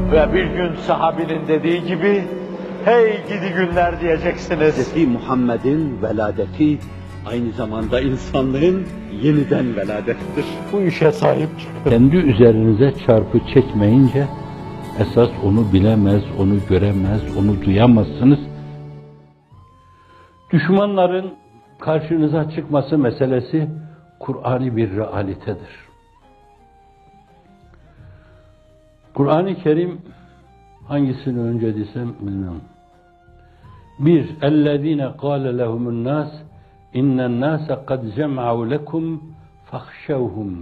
Ve bir gün sahabinin dediği gibi, hey gidi günler diyeceksiniz. Hz. Muhammed'in veladeti aynı zamanda insanlığın yeniden veladetidir. Bu işe sahip çıkın. Kendi üzerinize çarpı çekmeyince, esas onu bilemez, onu göremez, onu duyamazsınız. Düşmanların karşınıza çıkması meselesi Kur'an'ı bir realitedir. Kur'an-ı Kerim hangisini önce desem bilmiyorum. Bir, اَلَّذ۪ينَ قَالَ لَهُمُ النَّاسِ اِنَّ النَّاسَ قَدْ جَمْعَوْا لَكُمْ فَخْشَوْهُمْ.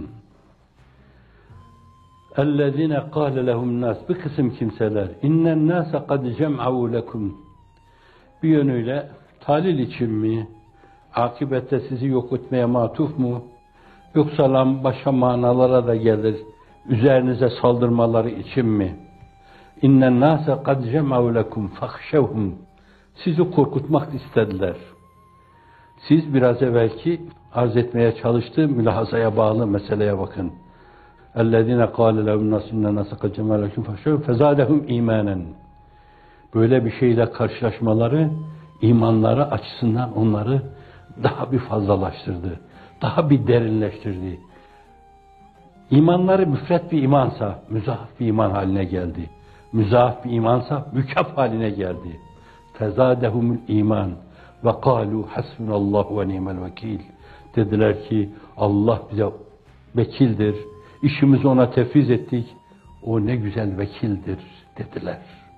اَلَّذ۪ينَ قَالَ لَهُمُ النَّاسِ bir kısım kimseler اِنَّ النَّاسَ قَدْ جَمْعَوْا لَكُمْ bir yönüyle talil için mi, akibette sizi yok etmeye matuf mu, yoksa başka manalara da gelir, üzerinize saldırmaları için mi? İnnen nâse kad cem'u lekum fakhşevhum. Sizi korkutmak istediler. Siz biraz evvelki arz etmeye çalıştığım mülahazaya bağlı meseleye bakın. اَلَّذ۪ينَ قَالَ لَهُمْ نَاسُ اِنَّ النَّاسَ قَدْ جَمَعُوا لَكُمْ فَاخْشَوْهُمْ فَزَادَهُمْ اِيمَانًا. Böyle bir şeyle karşılaşmaları, imanları açısından onları daha bir fazlalaştırdı. Daha bir derinleştirdi. İmanları müfret bir imansa, müzahaf bir iman haline geldi. Müzahaf bir imansa, mükaf haline geldi. فَزَادَهُمُ الْا۪يمَانِ وَقَالُوا حَسْبُنَ اللّٰهُ وَنِعْمَ الْوَكِيلِ. Dediler ki, Allah bize vekildir, işimizi ona tefviz ettik, o ne güzel vekildir dediler.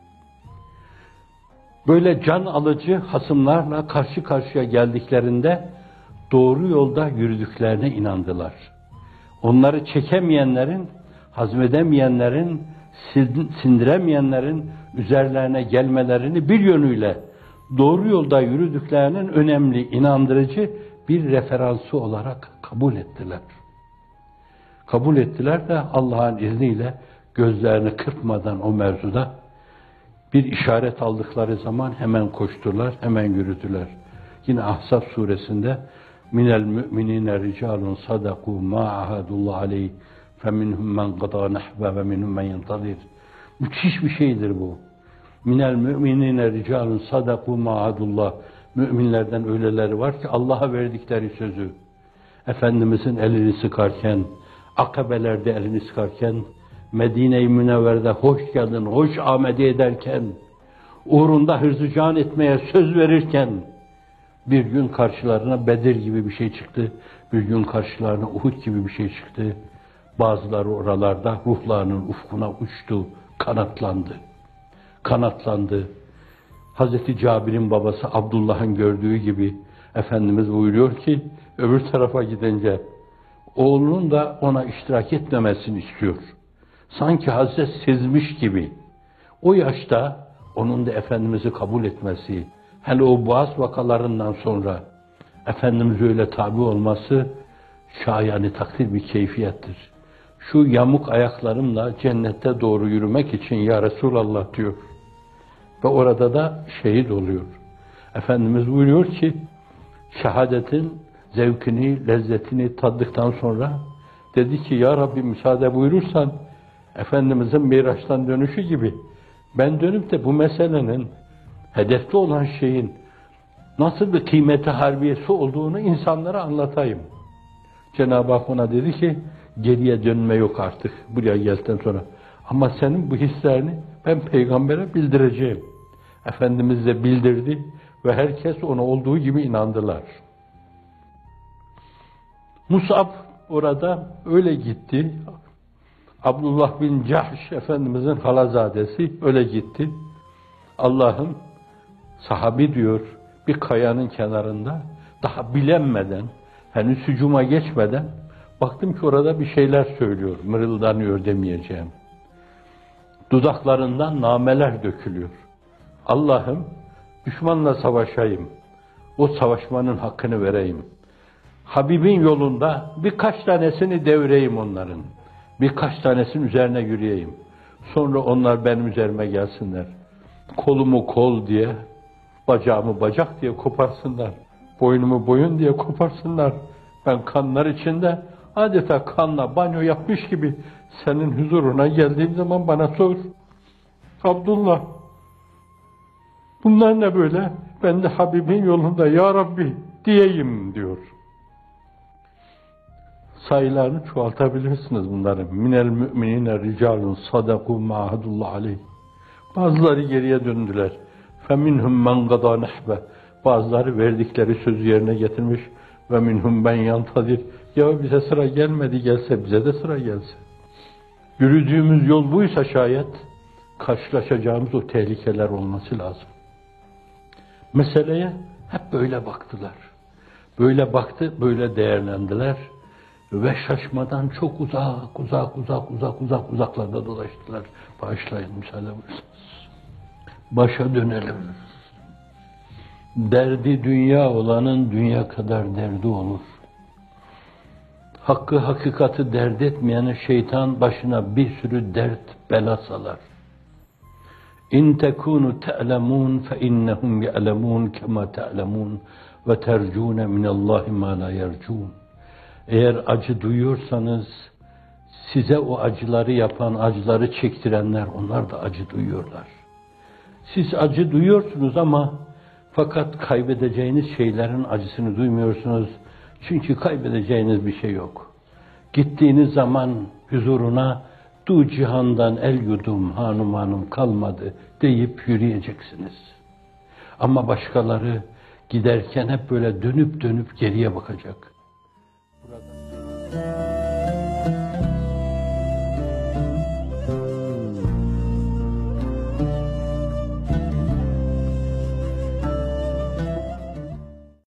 Böyle can alıcı hasımlarla karşı karşıya geldiklerinde doğru yolda yürüdüklerine inandılar. Onları çekemeyenlerin, hazmedemeyenlerin, sindiremeyenlerin üzerlerine gelmelerini bir yönüyle doğru yolda yürüdüklerinin önemli, inandırıcı bir referansı olarak kabul ettiler. Kabul ettiler de Allah'ın izniyle gözlerini kırpmadan o mevzuda bir işaret aldıkları zaman hemen koştular, hemen yürüdüler. Yine Ahzab suresinde minel müminine ricalun sadaku ma ahadullah aleyh feminhum men qada nahbe ve minhum men yentadir. Müthiş bir şeydir bu. Minel müminine ricalun sadaku ma ahadullah. Müminlerden öyleleri var ki Allah'a verdikleri sözü Efendimizin elini sıkarken, akabelerde elini sıkarken, Medine-i Münevver'de hoş geldin, hoş amedi ederken, uğrunda hırzı can etmeye söz verirken, bir gün karşılarına Bedir gibi bir şey çıktı, bir gün karşılarına Uhud gibi bir şey çıktı. Bazıları oralarda ruhlarının ufkuna uçtu, kanatlandı. Kanatlandı. Hazreti Cabir'in babası Abdullah'ın gördüğü gibi Efendimiz buyuruyor ki, öbür tarafa gidince oğlunun da ona iştirak etmemesini istiyor. Sanki Hazret sezmiş gibi. O yaşta onun da Efendimiz'i kabul etmesi, hele o Boğaz vakalarından sonra Efendimiz öyle tabi olması şayani takdir bir keyfiyettir. Şu yamuk ayaklarımla cennete doğru yürümek için ya Resulallah diyor. Ve orada da şehit oluyor. Efendimiz buyuruyor ki, şehadetin zevkini, lezzetini tattıktan sonra dedi ki, ya Rabbi müsaade buyurursan, Efendimizin Miraç'tan dönüşü gibi, ben dönüp de bu meselenin, hedefte olan şeyin nasıl bir kıymeti harbiyesi olduğunu insanlara anlatayım. Cenab-ı Hak ona dedi ki, geriye dönme yok artık buraya geldikten sonra. Ama senin bu hislerini ben peygambere bildireceğim. Efendimiz de bildirdi ve herkes ona olduğu gibi inandılar. Mus'ab orada öyle gitti. Abdullah bin Cahş Efendimizin halazadesi öyle gitti. Allah'ım sahabi diyor bir kayanın kenarında daha bilenmeden, henüz hücuma geçmeden baktım ki orada bir şeyler söylüyor, mırıldanıyor demeyeceğim. Dudaklarından nameler dökülüyor. Allah'ım düşmanla savaşayım, o savaşmanın hakkını vereyim. Habibin yolunda birkaç tanesini devireyim onların. Birkaç tanesinin üzerine yürüyeyim. Sonra onlar benim üzerime gelsinler. Kolumu kol diye, bacağımı bacak diye koparsınlar. Boynumu boyun diye koparsınlar. Ben kanlar içinde adeta kanla banyo yapmış gibi senin huzuruna geldiğim zaman bana sor. Abdullah, bunlar ne böyle? Ben de Habibin yolunda ya Rabbi diyeyim diyor. Sayılarını çoğaltabilirsiniz bunların. Minel müminine ricalun sadaku ma'ahadullah aleyh. Bazıları geriye döndüler. Feminhum men gada nehbe. Bazıları verdikleri sözü yerine getirmiş. Ve minhum ben yantadir. Ya bize sıra gelmedi, gelse bize de sıra gelse. Yürüdüğümüz yol buysa şayet karşılaşacağımız o tehlikeler olması lazım. Meseleye hep böyle baktılar. Böyle baktı, böyle değerlendiler ve şaşmadan çok uzaklarda dolaştılar. Bağışlayın, müsaade buyursunuz. Başa dönelim. Derdi dünya olanın dünya kadar derdi olur. Hakkı hakikati dert etmeyene şeytan başına bir sürü dert bela salar. İn tekunu te'lemun fe innehum ye'lemun kema te'lemun ve tercun minallahi ma la yercun. Eğer acı duyuyorsanız size o acıları yapan, acıları çektirenler onlar da acı duyuyorlar. Siz acı duyuyorsunuz ama fakat kaybedeceğiniz şeylerin acısını duymuyorsunuz. Çünkü kaybedeceğiniz bir şey yok. Gittiğiniz zaman huzuruna du cihandan el yudum hanım kalmadı deyip yürüyeceksiniz. Ama başkaları giderken hep böyle dönüp geriye bakacak. Burada